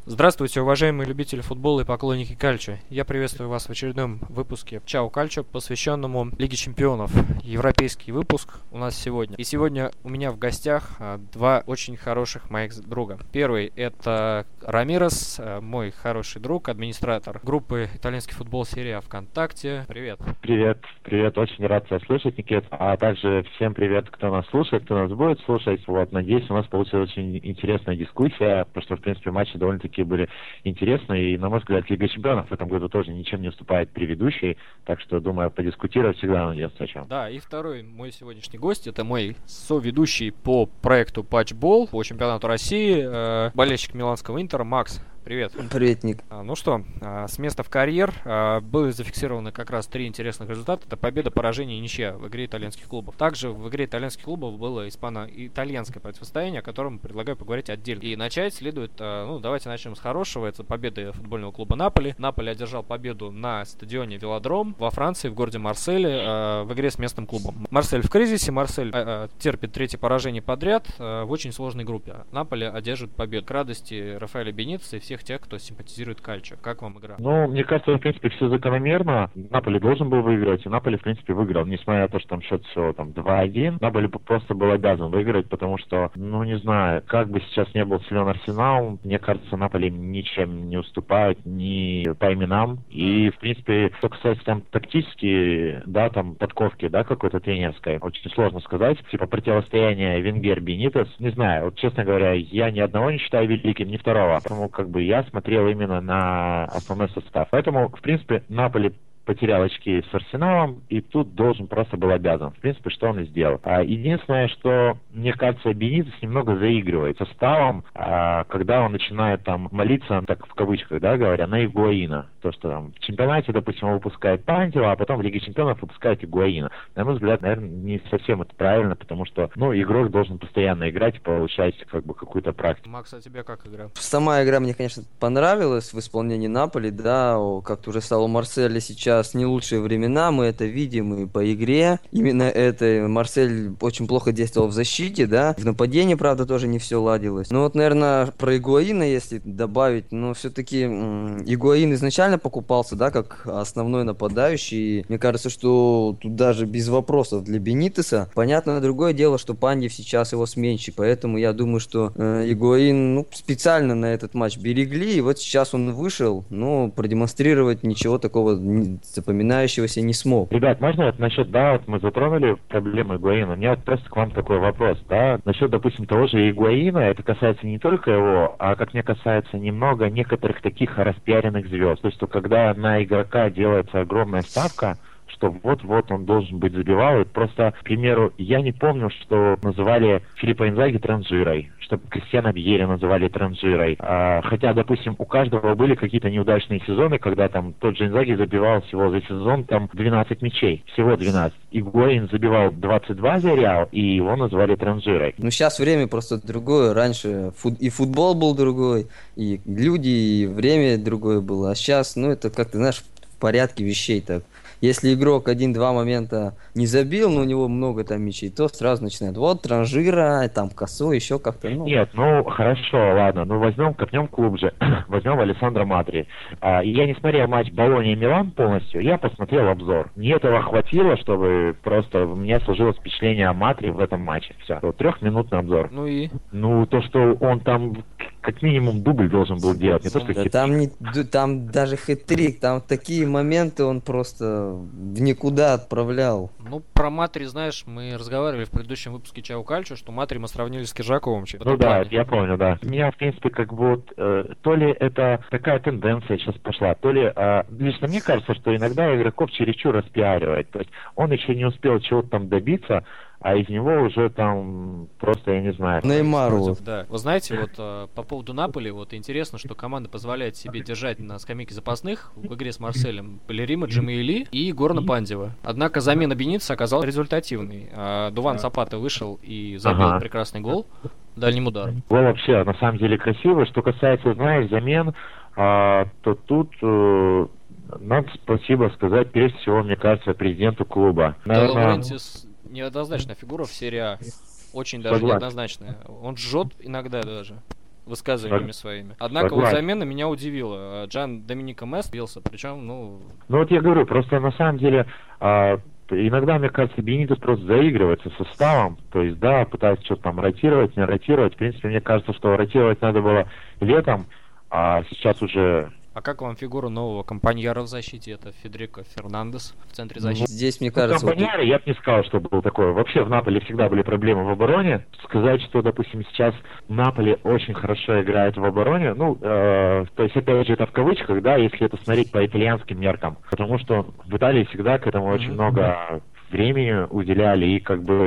Здравствуйте, уважаемые любители футбола и поклонники кальчо. Я приветствую вас в очередном выпуске Чао Кальчо, посвященному Лиге Чемпионов. Европейский выпуск у нас сегодня. И сегодня у меня в гостях два очень хороших моих друга. Первый — это Рамирес, мой хороший друг, администратор группы «Итальянский футбол серия ВКонтакте». Привет. Привет, очень рад тебя слышать, Никит. А также всем привет, кто нас слушает, кто нас будет слушать. Надеюсь, у нас получилась очень интересная дискуссия, потому что, в принципе, матчи довольно-таки были интересные. И, на мой взгляд, Лига Чемпионов в этом году тоже ничем не уступает предыдущей. Так что, думаю, подискутировать всегда найдется о чем. Да, и второй мой сегодняшний гость — это мой соведущий по проекту Патчбол по чемпионату России, болельщик миланского Интера Макс. Привет. Привет, Ник. Ну что, с места в карьер были зафиксированы как раз три интересных результата. Это победа, поражение и ничья в игре итальянских клубов. Также в игре итальянских клубов было испано-итальянское противостояние, о котором предлагаю поговорить отдельно. И начать следует, давайте начнем с хорошего. Это победа футбольного клуба Наполи. Наполи одержал победу на стадионе Велодром во Франции, в городе Марселе, в игре с местным клубом. Марсель в кризисе, Марсель терпит третье поражение подряд в очень сложной группе. Наполи одержит победу к радости Рафаэля Бенитеса и всех тех, кто симпатизирует кальчо. Как вам игра? Мне кажется, в принципе, все закономерно. Наполи должен был выиграть, и Наполи, в принципе, выиграл. Несмотря на то, что там счет всего 2-1, Наполи просто был обязан выиграть, потому что, не знаю, как бы сейчас не был силен Арсенал, мне кажется, Наполи ничем не уступает ни по именам. И, в принципе, что касается тактически, подковки, какой-то тренерской, очень сложно сказать. Противостояние Венгер-Бенитес, не знаю, честно говоря, я ни одного не считаю великим, ни второго. Поэтому, я смотрел именно на основной состав. Поэтому, в принципе, Наполи потерял очки с Арсеналом, и тут должен просто был обязан. В принципе, что он и сделал. Единственное, что, мне кажется, Бенитес немного заигрывает составом, когда он начинает молиться, так в кавычках, говоря, на Игуаина. То, что в чемпионате, допустим, он выпускает Пантева, а потом в Лиге Чемпионов выпускает Игуаина. На мой взгляд, наверное, не совсем это правильно, потому что, игрок должен постоянно играть и получать какую-то практику. Макс, а тебе как игра? Сама игра мне, конечно, понравилась в исполнении Наполи, как-то уже стало у Марселя сейчас не лучшие времена, мы это видим и по игре. Именно это Марсель очень плохо действовал в защите, в нападении, правда, тоже не все ладилось. Наверное, про Игуаина, если добавить, все-таки Игуаин изначально покупался, как основной нападающий. Мне кажется, что тут даже без вопросов для Бенитеса. Понятно, другое дело, что Пандев сейчас его сменщик, поэтому я думаю, что Игуаин специально на этот матч берегли, и вот сейчас он вышел, продемонстрировать ничего такого запоминающегося не смог. Ребят, можно насчет, мы затронули проблему Игуаина. У меня просто к вам такой вопрос, насчет, допустим, того же Игуаина, это касается не только его, а, как мне касается, немного некоторых таких распиаренных звезд. То есть, когда на игрока делается огромная ставка, что вот-вот он должен быть забивал. Просто, к примеру, я не помню, что называли Филиппа Инзаги транжирой, что Кристиана Вьери называли транжирой. Хотя, допустим, у каждого были какие-то неудачные сезоны, когда тот же Инзаги забивал всего за сезон 12 мячей. Всего 12. Игуаин забивал 22 за Реал, и его назвали транжирой. Сейчас время просто другое. Раньше и футбол был другой, и люди, и время другое было. А сейчас, это как-то, в порядке вещей так. Если игрок 1-2 момента не забил, но у него много мячей, то сразу начинает. Транжира, косой, еще как-то. Нет, хорошо, ладно. Копнем глубже. Возьмем Алессандро Матри. Я не смотрел матч Болонья-Милан полностью, я посмотрел обзор. Мне этого хватило, чтобы просто у меня сложилось впечатление о Матри в этом матче. Все. 3-минутный обзор. То, что он как минимум дубль должен был делать, не то что хит-трик. Там даже хит-трик, там такие моменты он просто в никуда отправлял. Про Матри, знаешь, мы разговаривали в предыдущем выпуске Чао Кальчо, что Матри мы сравнили с Киржаковым. Я помню, У меня, в принципе, то ли это такая тенденция сейчас пошла, то ли лично мне кажется, что иногда игроков чересчур распиаривает. То есть он еще не успел чего-то добиться, а из него уже просто, я не знаю. Неймару. Да. Вы знаете, по поводу Наполи, интересно, что команда позволяет себе держать на скамейке запасных в игре с Марселем Пелерима, Джамаили и Горна Пандева. Однако замена Бенитеса оказалась результативной. Дуван Сапата вышел и забил прекрасный гол дальним ударом. Гол вообще, на самом деле, красивый. Что касается, замен, то тут надо спасибо сказать, прежде всего, мне кажется, президенту клуба. Лаурентис неоднозначная фигура в серии А. Очень даже неоднозначная. Он жжет иногда даже. высказываниями своими. Однако вот замена меня удивила. Джан Доминика Месс бился, причем, Ну вот я говорю, просто на самом деле иногда, мне кажется, Бенитес просто заигрывает со составом, то есть, да, пытается что-то там ротировать, не ротировать. В принципе, мне кажется, что ротировать надо было летом, а сейчас уже... А как вам фигура нового компаньера в защите? Это Федерико Фернандес в центре защиты. Здесь, мне кажется... Компаньера, я бы не сказал, что был такой. Вообще в Наполе всегда были проблемы в обороне. Сказать, что, допустим, сейчас Наполе очень хорошо играет в обороне, то есть, опять же, это в кавычках, да, если это смотреть по итальянским меркам. Потому что в Италии всегда к этому очень много времени уделяли и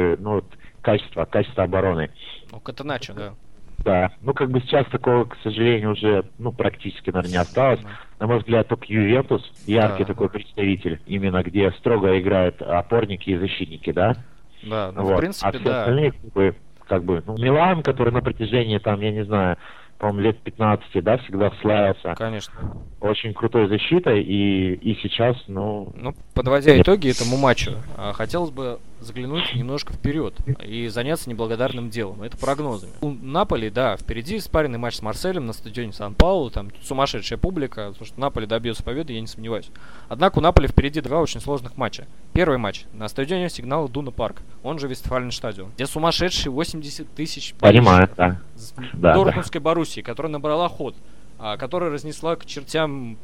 качество обороны. Катаначо, да. Да, сейчас такого, к сожалению, уже, практически, наверное, не осталось. На мой взгляд, только Ювентус, яркий такой представитель, именно где строго играют опорники и защитники, да? Да, в принципе, а все остальные, Милан, который на протяжении, я не знаю, по-моему, лет 15, да, всегда славился. Конечно. Очень крутой защитой, и сейчас, подводя итоги этому матчу, хотелось бы заглянуть немножко вперед и заняться неблагодарным делом. Это прогнозами. У Наполи, да, впереди спаренный матч с Марселем на стадионе Сан-Паулу, там сумасшедшая публика, потому что Наполи добьется победы, я не сомневаюсь. Однако у Наполи впереди два очень сложных матча. Первый матч на стадионе Сигнал Идуна Парк, он же Вестфаленштадион, где сумасшедшие 80 тысяч понимаю, да. Дортмундской Боруссии, которая набрала ход, которая разнесла к чертям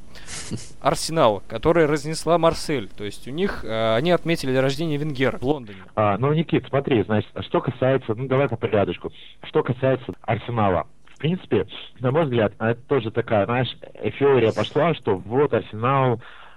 Арсенал, которая разнесла Марсель. То есть у них, они отметили рождение Венгера в Лондоне. Никит, смотри, значит, что касается, давай по порядочку. Что касается Арсенала, в принципе, на мой взгляд, это тоже такая, эйфория пошла, что вот Арсенал,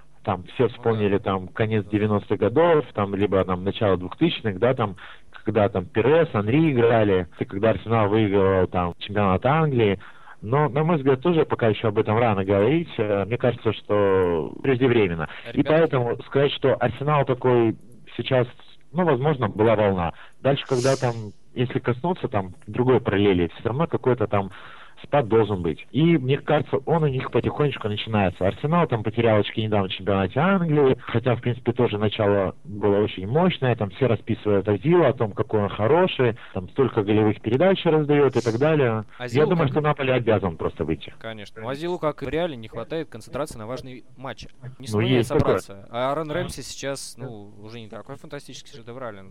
все вспомнили, конец 90-х годов, либо, начало 2000-х, да, когда Перес, Анри играли, и когда Арсенал выигрывал, чемпионат Англии. Но, на мой взгляд, тоже пока еще об этом рано говорить. Мне кажется, что преждевременно. И поэтому сказать, что Арсенал такой сейчас, возможно, была волна. Дальше, когда если коснуться другой параллели, все равно какой-то спад должен быть. И, мне кажется, он у них потихонечку начинается. Арсенал потерял очки недавно в чемпионате Англии, хотя, в принципе, тоже начало было очень мощное, все расписывают Азила о том, какой он хороший, столько голевых передач раздает и так далее. Я думаю, что Наполе обязан просто выйти. Конечно. Азилу, как и в Реале, не хватает концентрации на важные матчи. Не сумеет собраться. А Аарон Рэмси сейчас, уже не такой фантастический шедеврален.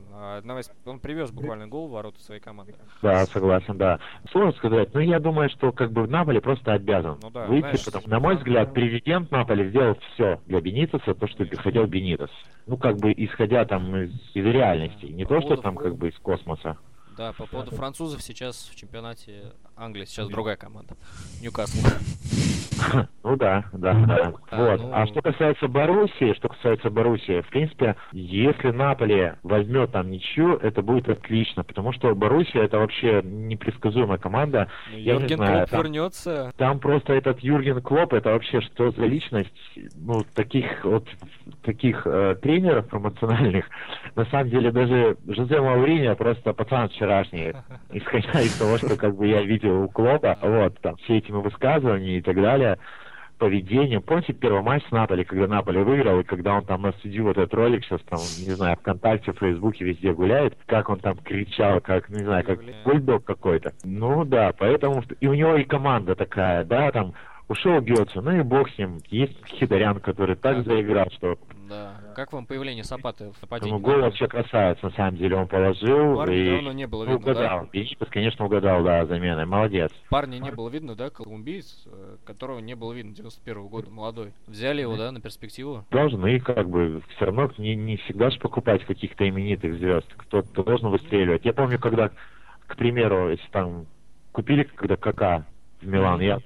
Он привез буквально гол в ворота своей команды. Да, согласен, да. Сложно сказать, но я думаю, что Наполе просто обязан выйти, потому что, на мой взгляд, президент Наполе сделал все для Бенитеса, то, что хотел Бенитес. Исходя из реальности, не то, что из космоса. Да, по поводу французов сейчас в чемпионате Англии сейчас другая команда. Ньюкасл. Да. Вот. А что касается Боруссии, в принципе, если Наполе возьмет ничью, это будет отлично, потому что Боруссия это вообще непредсказуемая команда. Юрген Клопп вернется. Там просто этот Юрген Клопп, это вообще что за личность? Таких тренеров эмоциональных, на самом деле даже Жозе Мауриньо просто пацан вчерашний, исходя из того, что я видел у Клоппа, все этими высказываниями и так далее, поведением. Помните первый матч с Наполи, когда Наполи выиграл, и когда он на судью этот ролик сейчас не знаю, ВКонтакте, в Фейсбуке везде гуляет, как он кричал, как бульдог какой-то. Да, поэтому и у него и команда такая, да, ушел Гёце, и бог с ним. Есть Хидорян, который так заиграл, что... Да. Как вам появление Сапаты в нападении? Гол вообще красавец, на самом деле, он положил. Парня давно не было видно, угадал. да? Бенитес, конечно, угадал, да, заменой. Молодец. Парня не было видно, да, колумбиец, которого не было видно 91-го года, молодой. Взяли его, да, на перспективу? Должны, все равно не всегда же покупать каких-то именитых звезд. Кто-то должен выстреливать. Я помню, когда, к примеру, если купили, когда Кака в Милан, я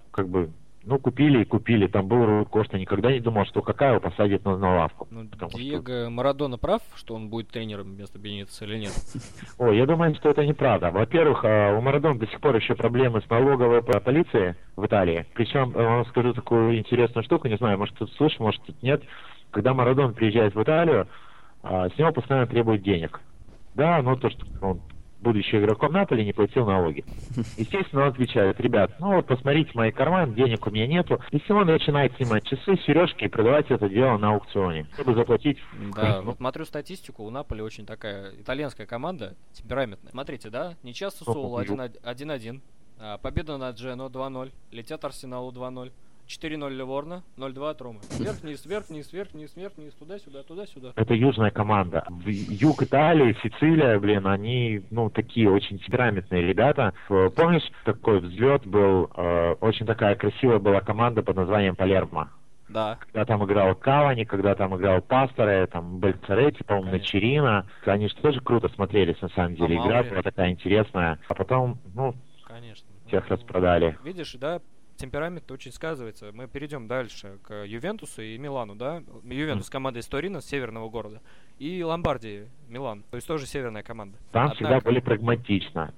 купили, там был Руй Кошта, никогда не думал, что Кака его посадит на лавку. Диего Марадона прав, что он будет тренером вместо Бенитеса или нет? Я думаю, что это неправда. Во-первых, у Марадона до сих пор еще проблемы с налоговой полицией в Италии. Причем, вам скажу такую интересную штуку, не знаю, может кто-то слышал, может кто-то нет. Когда Марадон приезжает в Италию, с него постоянно требуют денег. Да, то, что он будучи игроком Наполи, не платил налоги. Естественно, он отвечает: ребят, посмотрите мои карманы, денег у меня нету. И все, он начинает снимать часы, сережки и продавать это дело на аукционе, чтобы заплатить. Да, смотрю статистику, у Наполи очень такая итальянская команда, темпераментная. Смотрите, да, ничья Сосуоло 1-1. Победа над Джено 2-0. Летят Арсеналу 2-0. 4-0 Ливорно, 0-2 от Ромы. Вверх-вниз, вверх-вниз, вверх-вниз, вверх-вниз, туда-сюда, туда-сюда. Это южная команда. Юг Италии, Сицилия, блин, они, ну, такие очень темпераментные ребята. Помнишь, такой взлет был, очень такая красивая была команда под названием Палермо? Да. Когда там играл Кавани, когда там играл Пасторе, там Бальцаретти, по-моему, Начерина. Они же тоже круто смотрелись, на самом деле. Игра была такая интересная. А потом, ну, конечно, всех распродали. Видишь, да, темперамент очень сказывается. Мы перейдем дальше к Ювентусу и Милану, да? Ювентус команда из Торино, с северного города, и Ломбардии, Милан, то есть тоже северная команда. Там всегда были прагматично.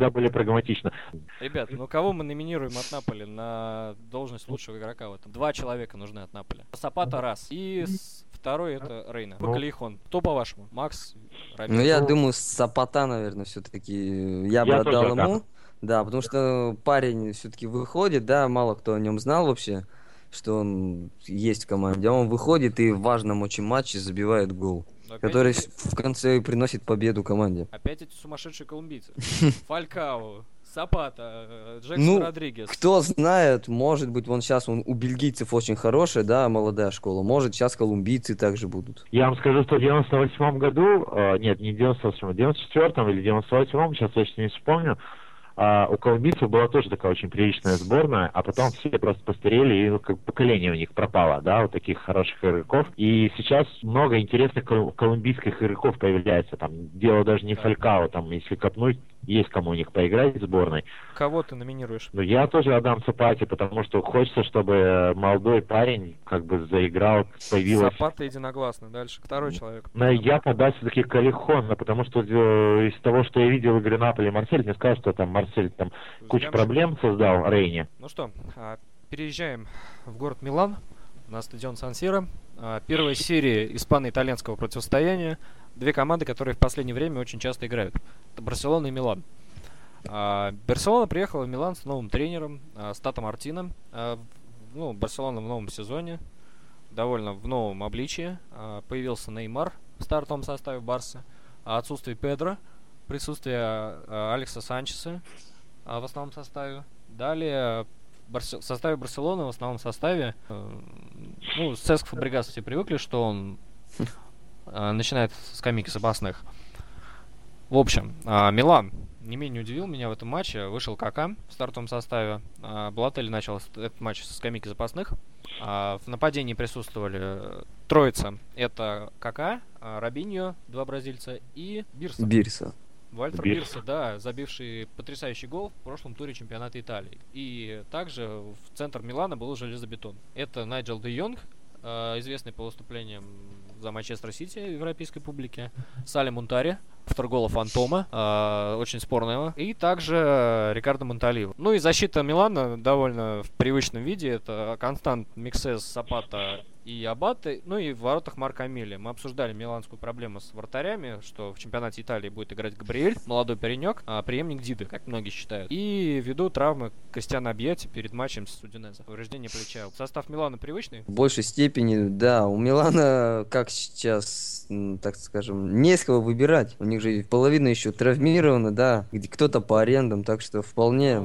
Ребят, ну кого мы номинируем от Наполи на должность лучшего игрока в этом? 2 человека нужны от Наполи. Сапата раз. И второй это Рейна. Бакалейхон. Кто по-вашему? Макс, Рамин? Ну, я думаю, Сапата, наверное, все-таки я бы отдал ему. Да, потому что парень все-таки выходит, да, мало кто о нем знал вообще, что он есть в команде. Он выходит и в важном очень матче забивает гол, который в конце приносит победу команде. Опять эти сумасшедшие колумбийцы. Фалькао, Сапата, Джексон Родригес. Кто знает, может быть, сейчас у бельгийцев очень хорошая, да, молодая школа. Может, сейчас колумбийцы также будут. Я вам скажу, что в 98-м году, нет, не в 98-м, в 94-м или 98-м, сейчас точно не вспомню, у колумбийцев была тоже такая очень приличная сборная, а потом все просто постарели, и как поколение у них пропало, да, вот таких хороших игроков. И сейчас много интересных колумбийских игроков появляется. Там дело даже не Фалькао, там, если копнуть, есть кому у них поиграть в сборной. Кого ты номинируешь? Ну, я тоже отдам Сапате, потому что хочется, чтобы молодой парень как бы заиграл, появилась... Сапата единогласно. Дальше. Второй человек. Я подал все-таки Каллехона, потому что из того, что я видел в игре Наполи, Марсель, мне сказал, что там Марсель там кучу проблем создал Рейне. Ну что, переезжаем в город Милан, на стадион Сан-Сиро. Первая серия испано-итальянского противостояния. Две команды, которые в последнее время очень часто играют. Это Барселона и Милан. Барселона приехала в Милан с новым тренером, с Тато Мартино. Барселона в новом сезоне, довольно в новом обличии. Появился Неймар в стартовом составе Барсы. Отсутствие Педро, присутствие Алекса Санчеса в основном составе. Далее в составе Барселоны в основном составе с Цеск Фабрегас все привыкли, что он начинает с скамейки запасных. В общем, Милан не менее удивил меня в этом матче. Вышел Кака в стартовом составе. Балотелли начал этот матч со скамейки запасных. В нападении присутствовали троица. Это Кака, Робиньо, два бразильца, и Бирса. Вальтер Бирса, да, забивший потрясающий гол в прошлом туре чемпионата Италии. И также в центр Милана был железобетон. Это Найджел де Йонг, известный по выступлениям за Манчестер Сити в европейской публике. Салли Мунтари, автор гола Фантома, очень спорного. И также Рикардо Монталиво. Ну и защита Милана довольно в привычном виде. Это Констант, Миксес, Сапата и Абате. Ну и в воротах Марко Амелия. Мы обсуждали миланскую проблему с вратарями, что в чемпионате Италии будет играть Габриэль, молодой паренек, преемник Диды, как многие считают. И ввиду травмы Кристиана Абьяти перед матчем с Удинезе. Повреждение плеча. Состав Милана привычный? В большей степени, да. У Милана, как сейчас, так скажем, не с кого выбирать. У них же половина еще травмирована, да. Где кто-то по арендам, так что вполне...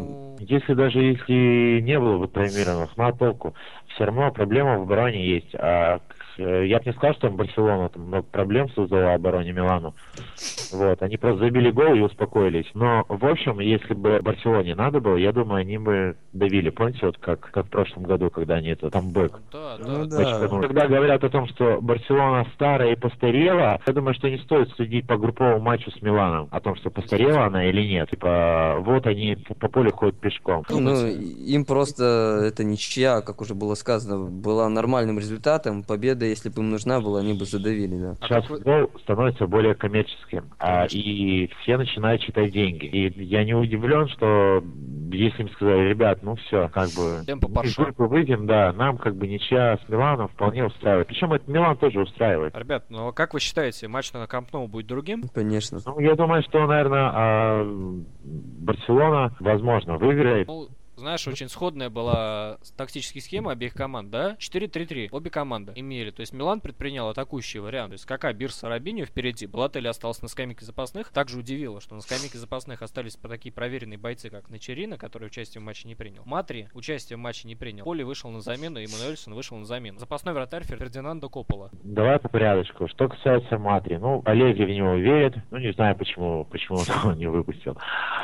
Если не было бы травмированных, на толку. Все равно проблема в обороне есть. Я бы не сказал, что Барселона там много проблем создала обороне Милану. Вот, они просто забили гол и успокоились. Но, в общем, если бы Барселоне надо было, я думаю, они бы давили. Помните, вот как в прошлом году, когда они это там бэк. Да. Когда говорят о том, что Барселона старая и постарела, я думаю, что не стоит судить по групповому матчу с Миланом о том, что постарела она или нет. Типа, вот они по полю ходят пешком. Им просто это ничья, как уже было сказано, была нормальным результатом. Победа, если бы им нужна была, они бы задавили, да. Сейчас футбол становится более коммерческим, и все начинают считать деньги. И я не удивлен, что если им сказали, ребят, ну все, как бы из группы выйдем, да, нам как бы ничья с Миланом вполне устраивает. Причем это Милан тоже устраивает. Ребят, ну как вы считаете, матч на Камп Ноу будет другим? Конечно. Ну, я думаю, что, наверное, Барселона, возможно, выиграет. Знаешь, очень сходная была тактическая схема обеих команд, да? 4-3-3. Обе команды имели. То есть Милан предпринял атакующий вариант. То есть Кака, Бирса, Робиньо впереди. Балотелли остался на скамейке запасных. Также удивило, что на скамейке запасных остались такие проверенные бойцы, как Начерина, который участие в матче не принял. Матри участие в матче не принял. Поли вышел на замену, и Мануэльсон вышел на замену. Запасной вратарь Фердинандо Коппола. Давай по порядочку. Что касается Матри, ну, Аллегри в него верит. Ну, не знаю, почему он не выпустил.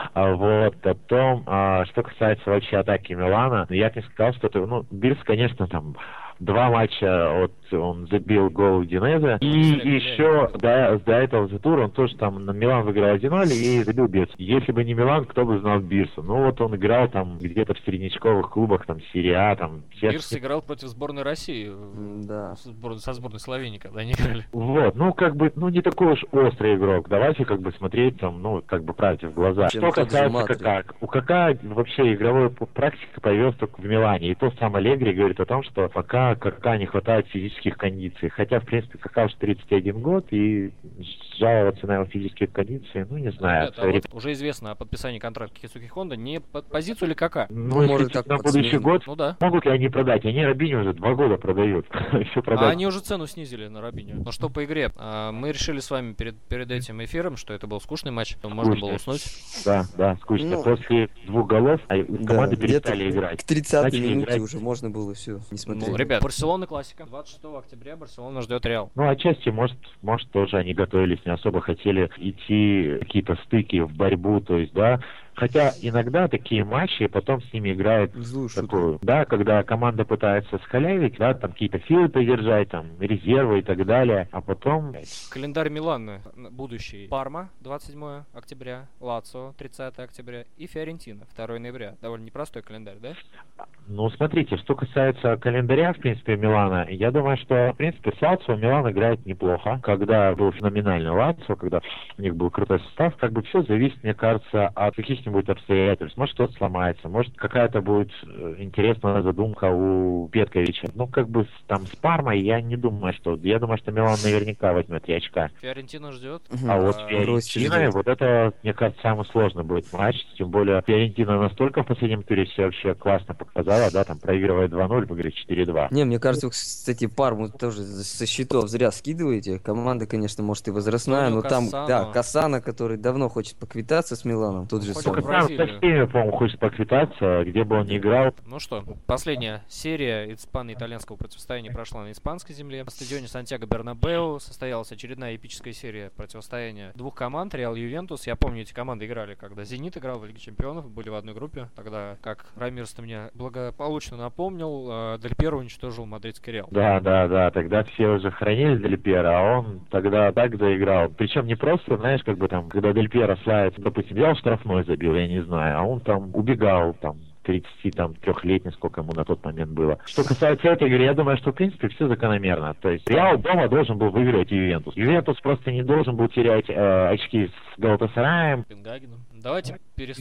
Вот, потом, что касается вообще атаки Милана, я бы не сказал, что это, ну, Бирс, конечно, там 2 матча он забил гол Удинезе. И еще до этого за тур он тоже там на Милан выиграл 1-0 и забил Бирс. Если бы не Милан, кто бы знал Бирса? Ну вот он играл там где-то в среднячковых клубах, там Серия А, там... Бирс играл против сборной России. Да. Со сборной Словении, когда они играли. Вот, ну как бы, ну не такой уж острый игрок. Давайте как бы смотреть там, ну как бы правде в глаза. Что касается Кака. У Кака вообще игровой практика появилась только в Милане. И то сам Аллегри говорит о том, что пока Кака не хватает физических кондиций. Хотя, в принципе, Кака уже 31 год, и жаловаться на его физические кондиции, ну, не знаю. Вот уже известно о подписании контракта Кисуки Хонда не под позицию ли Кака? Ну, может, как на будущий год, ну, да. Могут ли они продать? Они Робиньо уже 2 года продают. А они уже цену снизили на Робиньо. Но что по игре? Мы решили с вами перед этим эфиром, что это был скучный матч, можно было уснуть. Да, скучно. Ну, после 2 голов команды перестали играть. К 30-й минуте уже можно было все не смотреть. Ну, ребят, Барселона классика. 26 октября Барселона ждет Реал. Ну, отчасти, может, тоже они готовились, не особо хотели идти какие-то стыки в борьбу, то есть, да. Хотя иногда такие матчи потом с ними играют такую, да, когда команда пытается схалявить, да, там какие-то силы поддержать, там, резервы и так далее, а потом... Календарь Милана будущий. Парма, 27 октября, Лацио, 30 октября и Фиорентина, 2 ноября. Довольно непростой календарь, да? Ну, смотрите, что касается календаря, в принципе, Милана, я думаю, что, в принципе, с Лацио Милан играет неплохо. Когда был феноменальный Лацио, когда у них был крутой состав, как бы все зависит, мне кажется, от каких-нибудь обстоятельств. Может, что-то сломается, может, какая-то будет интересная задумка у Петковича. Ну, как бы там с Пармой я не думаю, что... Я думаю, что Милан наверняка возьмет 3 очка. Фиорентина ждет. А вот Фиорентина, вот это, мне кажется, самый сложный будет матч. Тем более, Фиорентина настолько в последнем туре все вообще классно показала, да, там проигрывает 2-0, выиграет 4-2. Не, мне кажется, кстати, Парму тоже со счетов зря скидываете. Команда, конечно, может и возрастная, но там, да, Кассано, который давно хочет поквитаться с Миланом, тот же самый. Со всеми, по-моему, хочет поквитаться, где бы он ни играл. Ну что, последняя серия испано-итальянского противостояния прошла на испанской земле. На стадионе Сантьяго Бернабеу состоялась очередная эпическая серия противостояния 2 команд, Реал и Ювентус. Я помню, эти команды играли, когда Зенит играл в Лиге Чемпионов, были в одной группе. Тогда, как Рамирс мне благополучно напомнил, Дель Пьеро уничтожил мадридский Реал. Да, тогда все уже хранили Дель Пьеро, а он тогда так заиграл. Причем не просто, знаешь, как бы там, когда Дель Пьеро славится, допустим, взял штрафной забил, я не знаю, а он там убегал, там, 33-летний, сколько ему на тот момент было. Что касается этой игры, я думаю, что, в принципе, все закономерно. То есть Реал дома должен был выиграть Ювентус. Ювентус просто не должен был терять очки с Галатасараем. Давайте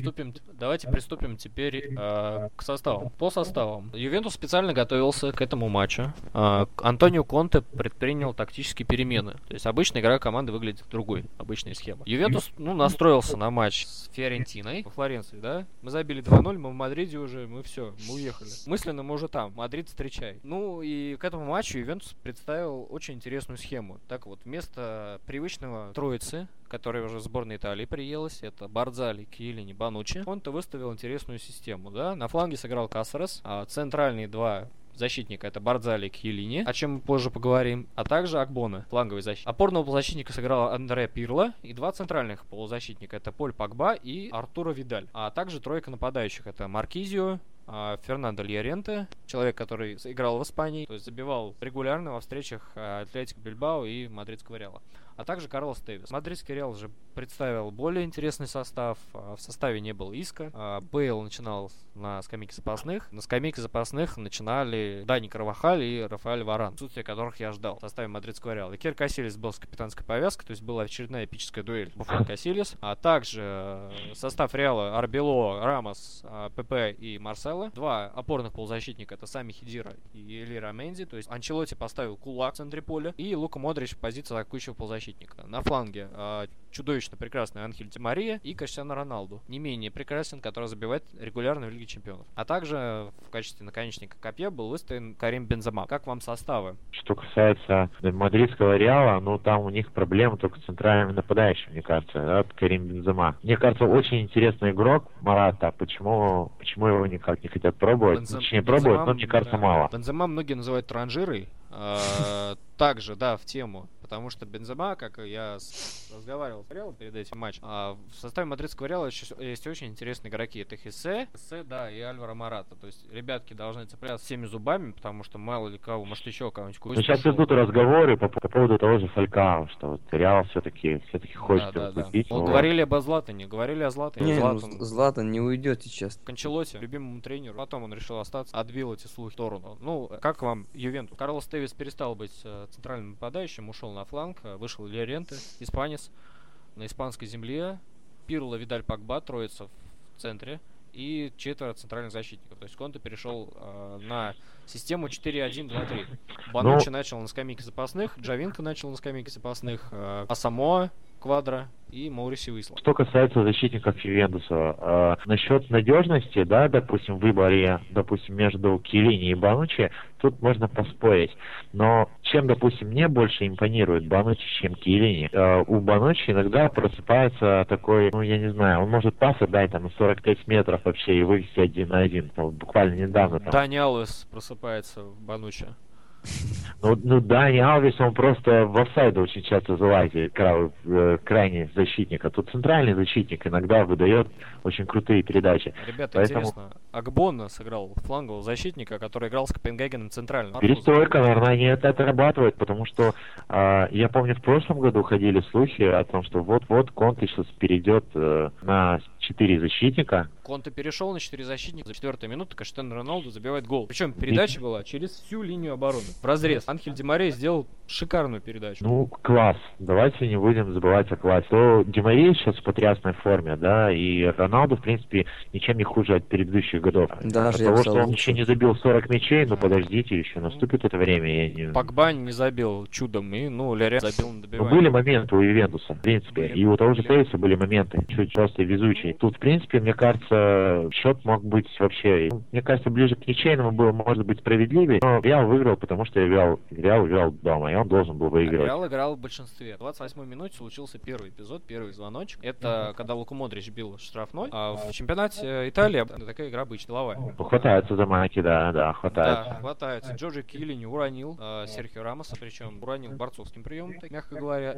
приступим теперь к составам. По составам. Ювентус специально готовился к этому матчу. Антонио Конте предпринял тактические перемены. То есть обычно игра команды выглядит другой, обычная схема. Ювентус, настроился на матч с Фиорентиной во Флоренции, да? Мы забили 2-0, мы в Мадриде уже, мы уехали. Мысленно мы уже там, Мадрид встречай. Ну и к этому матчу Ювентус представил очень интересную схему. Так вот, вместо привычного троицы, которая уже в сборной Италии приелась, это Бардзали, Кьелини, Бануччи, он-то выставил интересную систему, да? На фланге сыграл Кассерас, а центральные 2 защитника — это Бардзали и Кьелини, о чем мы позже поговорим, а также Акбона, фланговый защитник. Опорного полузащитника сыграл Андре Пирло, и 2 центральных полузащитника — это Поль Погба и Артуро Видаль, а также тройка нападающих — это Маркизио, Фернандо Льоренте, человек, который играл в Испании, то есть забивал регулярно во встречах Атлетико Бильбао и Мадридского Реала, а также Карлос Тевес. Мадридский Реал же представил более интересный состав. В составе не было Иска. Бейл начинал на скамейке запасных. На скамейке запасных начинали Дани Карвахаль и Рафаэль Варан, отсутствие которых я ждал в составе Мадридского Реала. Икер Касильес был с капитанской повязкой, то есть была очередная эпическая дуэль Буфон Касильес. А также состав Реала: Арбело, Рамос, ПП и Марсело. 2 опорных полузащитника — это Сами Хидира и Элира Менди. То есть Анчелотти поставил Кулак в центре поля и Лука Модрич в позиции атакующего полузащитника. На фланге чудовищно прекрасный Анхель Ди Мария и Криштиану Роналду, не менее прекрасен, который забивает регулярно в Лиге Чемпионов. А также в качестве наконечника копья был выставлен Карим Бензема. Как вам составы? Что касается мадридского Реала, ну там у них проблема только с центральным нападающим, мне кажется, да, Карим Бензема. Мне кажется, очень интересный игрок Марата. Почему его никак не хотят пробовать? Точнее, пробуют, но мне кажется, мало. Бензема многие называют транжирой. Также, да, в тему. Потому что Бензема, как я разговаривал с Реалом перед этим матчем, в составе мадридского Реала есть очень интересные игроки. Это Хессе, да, и Альваро Мората. То есть ребятки должны цепляться всеми зубами, потому что мало ли кого, может еще кого-нибудь кусить. Сейчас идут разговоры по поводу того же Фалькао, что вот Реал все-таки хочет купить. Да. Говорили об Златане, говорили о Златане. Златан не уйдет сейчас. К Анчелотти, любимому тренеру. Потом он решил остаться, отбил эти слухи в сторону. Ну, как вам Ювентус? Карлос Тевис перестал быть центральным нападающим, ушел на фланг, вышел Льоренте, испанец, на испанской земле, Пирло, Видаль, Погба, троица в центре и 4 центральных защитников. То есть Конте перешел на систему 4-1-2-3. Бануччи начал на скамейке запасных, Джавинко начал на скамейке запасных, Асамоа, Квадро и Маурисио Исла. Что касается защитников Ювентуса, насчет надежности, да, допустим, в выборе, допустим, между Киелини и Бануччи, тут можно поспорить. Но чем, допустим, мне больше импонирует Бануччи, чем Киелини? У Бануччи иногда просыпается такой, ну, я не знаю, он может пас отдать там на 45 метров вообще и вывести 1 на 1. Буквально недавно. Дани Алвес просыпается в Бануччи. Ну Дани Алвес, он просто в офсайд очень часто залазит, крайний защитник. А тут центральный защитник иногда выдает очень крутые передачи. Ребята, интересно, Акбонна сыграл флангового защитника, который играл с Копенгагеном центральным. Перестройка, наверное, они это отрабатывают, потому что я помню, в прошлом году ходили слухи о том, что вот-вот Конте сейчас перейдет на 4 защитника. Конте перешел на 4 защитника, за 4-ю минуту Криштиану Роналду забивает гол. Причем передача была через всю линию обороны. В разрез. Анхель Ди Мария сделал шикарную передачу. Ну, класс. Давайте не будем забывать о классе. То Ди Мария сейчас в потрясной форме, да, и Роналду, в принципе, ничем не хуже от предыдущих годов. Даже от того, что он еще не забил 40 мячей, ну подождите, еще наступит это время. Погба не забил чудом, и, Льоренте забил на добивание. Но были моменты у Ювентуса, в принципе, и у того же Тевиса были моменты, чуть просто везучие. Тут, в принципе, мне кажется, счет мог быть вообще, мне кажется, ближе к ничейному было, может быть, справедливее, но Реал выиграл, потому что Реал играл дома, и он должен был выигрывать. Реал играл в большинстве. В 28-й минуте случился первый эпизод, первый звоночек. Это когда Лука Модрич бил штрафной, а в чемпионате Италии такая игра обычно деловая. Хватается за майки, да, хватается. Да, хватается. Джорджи Киелини уронил Серхио Рамоса, причем уронил борцовским приемом, мягко говоря,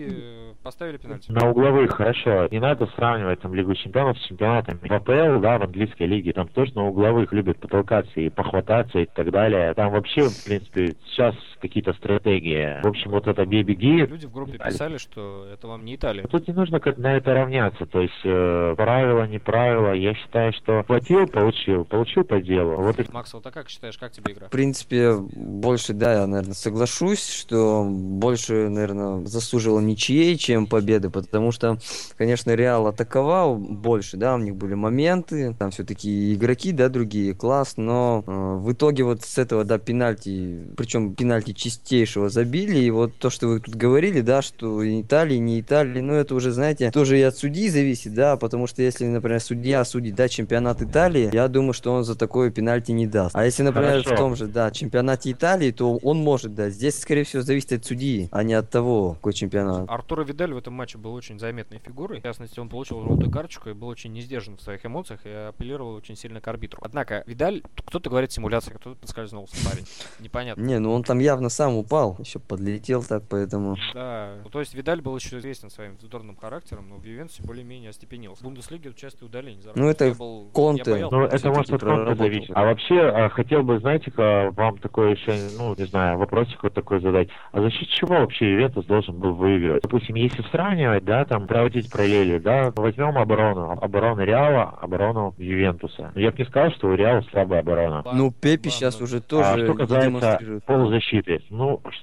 и поставили пенальти. На угловых, хорошо. Не надо сравнивать там Лигу Чемпионов с чемпионатами. В АПЛ, да, в английской лиге, там тоже на угловых любят потолкаться и похвататься и так далее. Там вообще, в принципе, сейчас какие-то стратегии. В общем, вот это бей-беги. Люди в группе писали, что это вам не Италия. Тут не нужно на это равняться. То есть правило, не правило. Я считаю, что платил, получил по делу. Вот и... Макс, вот а как считаешь, как тебе игра? В принципе, больше, да, я, наверное, соглашусь, что больше, наверное, заслуживал ничьей, чем победы, потому что, конечно, Реал атаковал больше, да, у них были моменты, там все-таки игроки, да, другие, класс, но в итоге вот с этого, да, пенальти, причем пенальти чистейшего забили, и вот то, что вы тут говорили, да, что и Италии, не Италии, ну, это уже, знаете, тоже и от судьи зависит, да, потому что если, например, судья судит, да, чемпионат Италии, я думаю, что он за такое пенальти не даст. А если, например, в том же, да, чемпионате Италии, то он может дать. Здесь, скорее всего, зависит от судьи, а не от того, какой чемпионат. Артуро Видаль в этом матче был очень заметной фигурой. В частности, он получил желтую карточку и был очень не сдержан в своих эмоциях и апеллировал очень сильно к арбитру. Однако, Видаль, кто-то говорит симуляция, кто-то подскользнулся, парень. Непонятно. Не, ну он там явно сам упал, еще подлетел так, поэтому... Да, ну, то есть Видаль был еще известен своим вздорным характером, но в Ювентусе более-менее остепенился. В Бундеслиге часто удаление. Ну это Конте. Ну это может от Конте зависит. А вообще, хотел бы, знаете, вам такой еще, ну, не знаю, вопросик вот такой задать. А за счет чего вообще Ювентус должен был выигрывать? Допустим, если сравнивать, да, там, проводить параллели, да, возьмем оборону Реала, оборону Ювентуса. Я бы не сказал, что у Реала слабая оборона. Ну, Пеппи сейчас уже тоже что касается демонстрирует. полузащиты, ну, что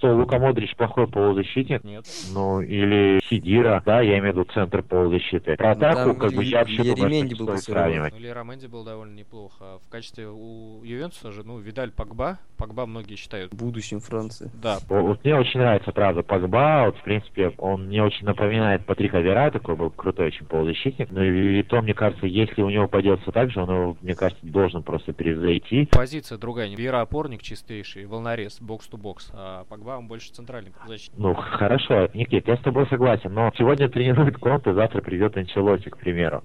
что Лука Модрич плохой полузащитник? Нет. Ну, или Сидира, да, я имею в виду центр полузащиты. Про атаку, как бы, я вообще думаю, что не стоит сравнивать. Ну, Лера Менди был довольно неплохо. А в качестве у Ювентуса же, Видаль Погба многие считают Будущим Франции. Да. Вот мне очень нравится, правда, Погба. Вот, в принципе, он мне очень напоминает Патрика Вера, такой был крутой очень полузащитник. Ну и то, мне кажется, если у него пойдется так же, он его, мне кажется, должен просто превзойти. Позиция другая. Вера опорник чистейший, волнорез, бокс-то-бокс. А Погба он больше центральный защитник. Ну, хорошо, Никит, я с тобой согласен, но сегодня тренирует Конте, завтра придет Анчелотти, к примеру.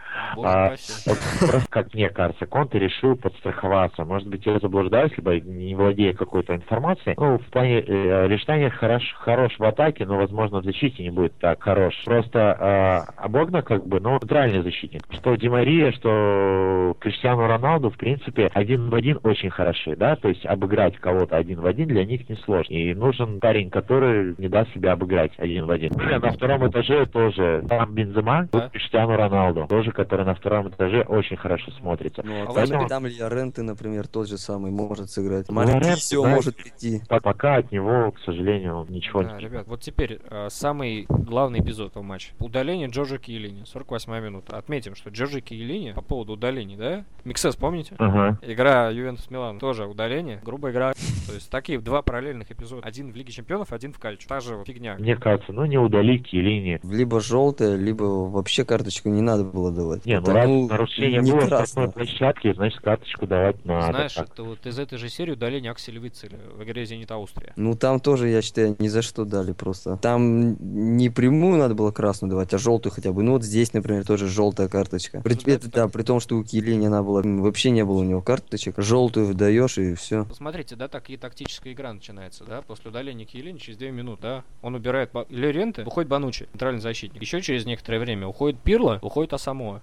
Просто, как мне кажется, Конте решил подстраховаться. Может быть, я заблуждаюсь, либо не владея какой-то информацией. Ну, в плане решения хорош в атаке, но, возможно, в защите не будет так хорош. Просто Абогна, как бы, центральный защитник. Что Ди Мария, что Криштиану Роналду, в принципе, один в один очень хороши, да, то есть обыграть кого-то один в один для них несложно. И нужен парень, который не даст себя обыграть один в один. На втором этаже тоже там Бензема, тут Криштиану Роналду, тоже, который на втором этаже очень хорошо смотрится. Ну, а там Льоренте, например, тот же самый может сыграть. Все может прийти. Пока от него, к сожалению, ничего не... Ребят, вот теперь самый главный эпизод этого матча. Удаление Джорджо Киелини, 48-я минута. Отметим, что Джорджо Киелини, по поводу удалений, да? Миксес, помните? Игра Ювентус-Милан, тоже удаление, грубая игра. То есть такие два параллельных эпизода. Один в Лиге Чемпионов, один в Кальчо. Та же фигня. Мне кажется, не удали Киелини. Либо желтая, либо вообще карточку не надо было давать. Не, раз нарушение было в штрафной площадке, значит, карточку давать надо. Знаешь, это вот из этой же серии удаление Акселя Вицеля в игре Зенит Аустрия. Ну, там тоже, я считаю, ни за что дали просто. Там не прямую надо было красную давать, а желтую хотя бы. Ну, вот здесь, например, тоже желтая карточка. При том, что у Киелини она была, вообще не было у него карточек. Желтую выдаешь и все. Посмотрите, да, так и тактическая игра начинается, да, после удаления Киелини через 2 минуты, да, он убирает Льоренте, уходит Бануччи, центральный защитник. Еще через некоторое время уходит Пирло, уходит Асамоа.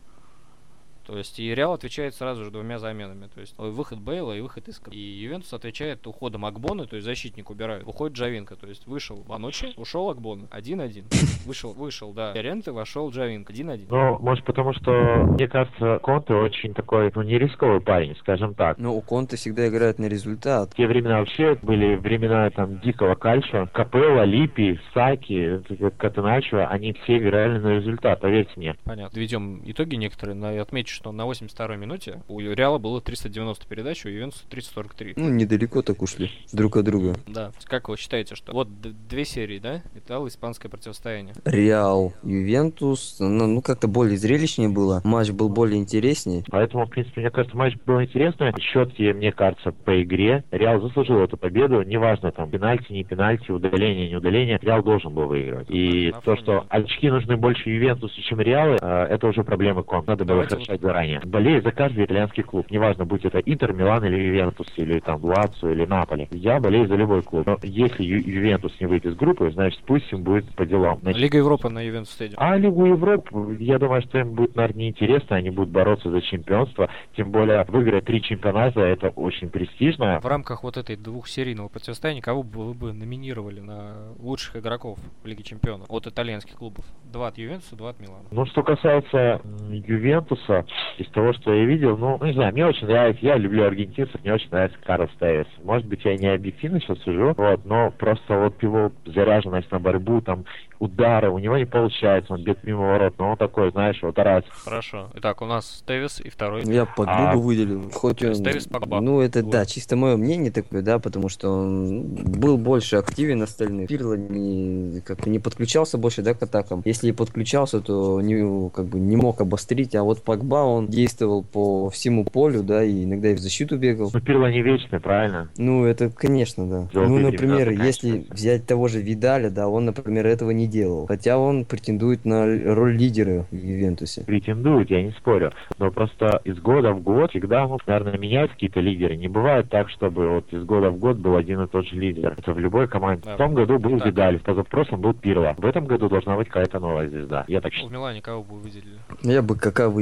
То есть и Реал отвечает сразу же двумя заменами. То есть выход Бейла и выход Искра. И Ювентус отвечает уходом Акбоны, то есть защитник убирает. Уходит Джавинко, то есть вышел Бануччи, ушел Акбоны. 1-1. Вышел, да. Льоренте, вошел Джавинко. 1-1. Ну, может, потому что, мне кажется, Конте очень такой, не рисковый парень, скажем так. Ну, у Конте всегда играет на результат. В те времена вообще были времена там дикого кальчо. Капелла, Липи, Саки, Катеначо, они все играли на результат, поверьте мне. Понятно. Ведем итоги некоторые. Отмечу, что на 82-й минуте у Реала было 390 передач, у Ювентуса 343. Ну, недалеко так ушли друг от друга. Да. Как вы считаете, что вот две серии, да? Итало-испанское противостояние. Реал, Ювентус, как-то более зрелищнее было. Матч был более интереснее. Поэтому, в принципе, мне кажется, матч был интересный. Счет, мне кажется, по игре. Реал заслужил эту победу. Неважно, там, пенальти, не пенальти, удаление, не удаление. Реал должен был выиграть. И то, что очки нужны больше Ювентусу, чем Реалу, это уже проблемы Конте. Надо было решать заранее. Болею за каждый итальянский клуб. Неважно, будь это Интер, Милан или Ювентус, или там Лацио, или Наполи. Я болею за любой клуб. Но если Ювентус не выйдет из группы, значит, пусть им будет по делам. Лига Европы на Ювентус стадион. А Лигу Европы, я думаю, что им будет, наверное, неинтересно. Они будут бороться за чемпионство. Тем более, выиграть 3 чемпионата, это очень престижно. В рамках вот этой двухсерийного противостояния, кого бы вы бы номинировали на лучших игроков в Лиге Чемпионов от итальянских клубов? 2 от Ювентуса, 2 от Милана. Ну, что касается Ювентуса, из того, что я видел, не знаю, мне очень нравится, я люблю аргентинцев, мне очень нравится Карлос Тевес. Может быть, я не объективно сейчас сужу, но просто вот его заряженность на борьбу, там, удары, у него не получается, он бьет мимо ворот, но он такой, знаешь, вот орать. Хорошо. Итак, у нас Тевес и второй. Я Погбу бы выделил. Хоть он... Тевес, Погба. Ну, это, да, чисто мое мнение такое, да, потому что он был больше активен остальных. Пирло как-то не подключался больше, да, к атакам. Если и подключался, то не мог обострить, а вот Погба, он действовал по всему полю, да, и иногда и в защиту бегал. Ну, Пирло не вечный, правильно? Ну, это, конечно, да. Например, если взять того же Видаля, да, он, например, этого не делал. Хотя он претендует на роль лидера в Ювентусе. Претендует, я не спорю. Но просто из года в год всегда, наверное, меняют какие-то лидеры. Не бывает так, чтобы вот из года в год был один и тот же лидер. Это в любой команде. В том году был Видаль, в позапрошлом был Пирло. В этом году должна быть какая-то новая звезда. Я так считаю. В Милане кого бы вы выделили? Я бы Кака выделил. Вот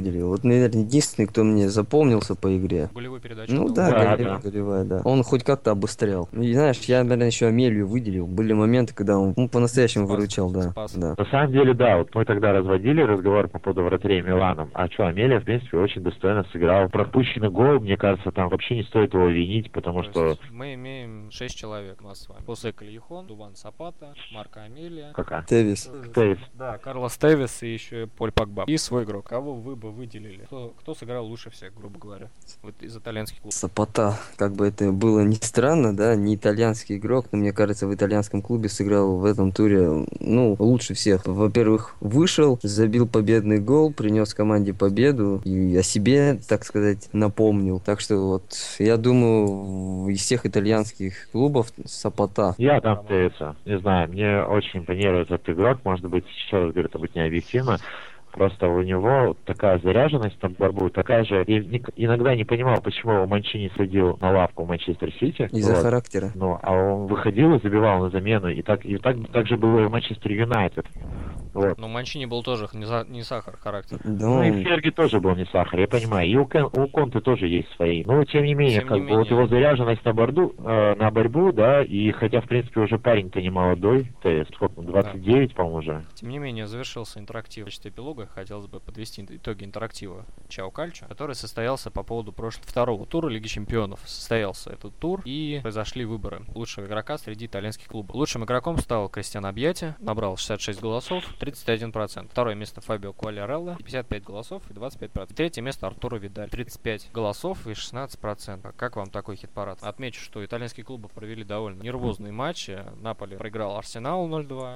наверное, единственный, кто мне запомнился по игре. Голевую передачу. Ну отдал. да, Да, голевая, да. голевая, да. Он хоть как-то обыстрял. И знаешь, я, наверное, еще Амелию выделил. Были моменты, когда он по-настоящему Спас, выручал, да. спас. Да. На самом деле, да, вот мы тогда разводили разговор по поводу вратарей Миланом. А что, Амелия, в принципе, очень достойно сыграл. Пропущенный гол, мне кажется, там вообще не стоит его винить, потому То что... есть мы имеем 6 человек у нас с вами. Хосе Кальехон, Дуван Сапата, Марко Амелия. Какая? Тевис. Тейс. Да, Карлос Тевис и еще Поль Погба. И свой игрок. Кого вы бы выделили? Кто сыграл лучше всех, грубо говоря, вот из итальянских клубов? Сапота, как бы это было ни странно, да, не итальянский игрок, но мне кажется, в итальянском клубе сыграл в этом туре, ну, лучше всех. Во-первых, вышел, забил победный гол, принес команде победу и о себе, так сказать, напомнил. Так что вот, я думаю, из всех итальянских клубов Сапота. Я там Тейса. Не знаю, мне очень импонирует этот игрок. Может быть, еще раз говорю, это будет не объективно. Просто у него такая заряженность на борьбу, такая же. И иногда не понимал, почему его Манчини садил на лавку в Манчестер Сити. Из-за Вот. характера. Ну, а он выходил и забивал на замену. И так же было и в Манчестер Юнайтед. Вот. Но Манчини был тоже не сахар характер. Да, Ну и он- Ферги тоже был не сахар, я понимаю. И у Конте тоже есть свои. Но тем не менее, Тем не как бы вот менее. его заряженность на борьбу, да, и хотя, в принципе, уже парень-то не молодой, то есть, сколько, 29, по-моему, уже. Тем не менее, завершился интерактив. В качестве эпилога хотелось бы подвести итоги интерактива Чао Кальчо, который состоялся по поводу второго тура Лиги Чемпионов. Состоялся этот тур, и произошли выборы лучшего игрока среди итальянских клубов. Лучшим игроком стал Кристиан Абьяти, набрал 66 голосов, 31%. Второе место Фабио Квалиарелло, 55 голосов и 25%. Третье место Артуро Видаль, 35 голосов и 16%. Как вам такой хит-парад? Отмечу, что итальянские клубы провели довольно нервозные матчи. Наполи проиграл Арсеналу 0-2,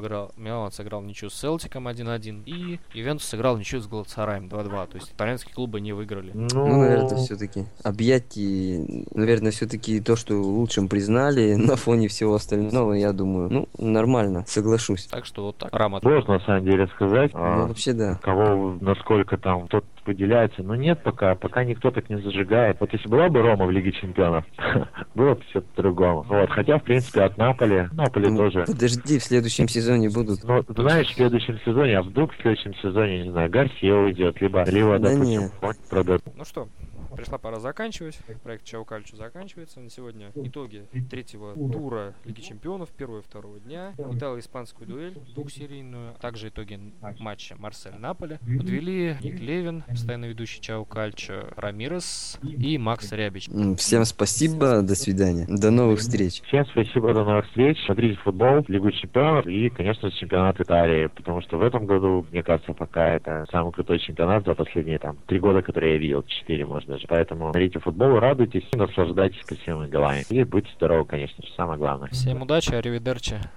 Милан сыграл ничью с Селтиком 1-1, и Ювентус сыграл ничью с Галатасараем 2-2. То есть итальянские клубы не выиграли. Ну, наверное, все-таки. Объятие, наверное, все-таки то, что лучшим признали на фоне всего остального, я думаю, ну, нормально, соглашусь. Так что вот так. Рама. Сложно, на самом деле, сказать, Ну, вообще, да. кого, насколько там кто-то выделяется. Но нет пока никто так не зажигает. Вот если была бы Рома в Лиге Чемпионов, было бы все по-другому. Вот, хотя, в принципе, от Наполи Ну, тоже. подожди, в следующем сезоне будут. Но, знаешь, в следующем сезоне, а вдруг в следующем сезоне, не знаю, Гарсия уйдет, либо, Да допустим, не. продадут. Ну что, пришла пора заканчивать. Проект Чао Кальчо заканчивается на сегодня. Итоги третьего тура Лиги Чемпионов, первого и второго дня. Итало-испанскую дуэль, двухсерийную. А также итоги матча Марсель-Наполе. Подвели Ник Левин, постоянно ведущий Чао Кальчо, Рамирес и Макс Рябич. Всем спасибо, до свидания. До новых встреч. Всем спасибо, до новых встреч. Смотрите футбол, Лигу Чемпионов и, конечно, чемпионат Италии. Потому что в этом году, мне кажется, пока это самый крутой чемпионат за последние 3 года, которые я видел, 4, может даже. Поэтому смотрите футбол, радуйтесь и наслаждайтесь красивыми голами. И будьте здоровы, конечно же, самое главное. Всем удачи, аривидерчи.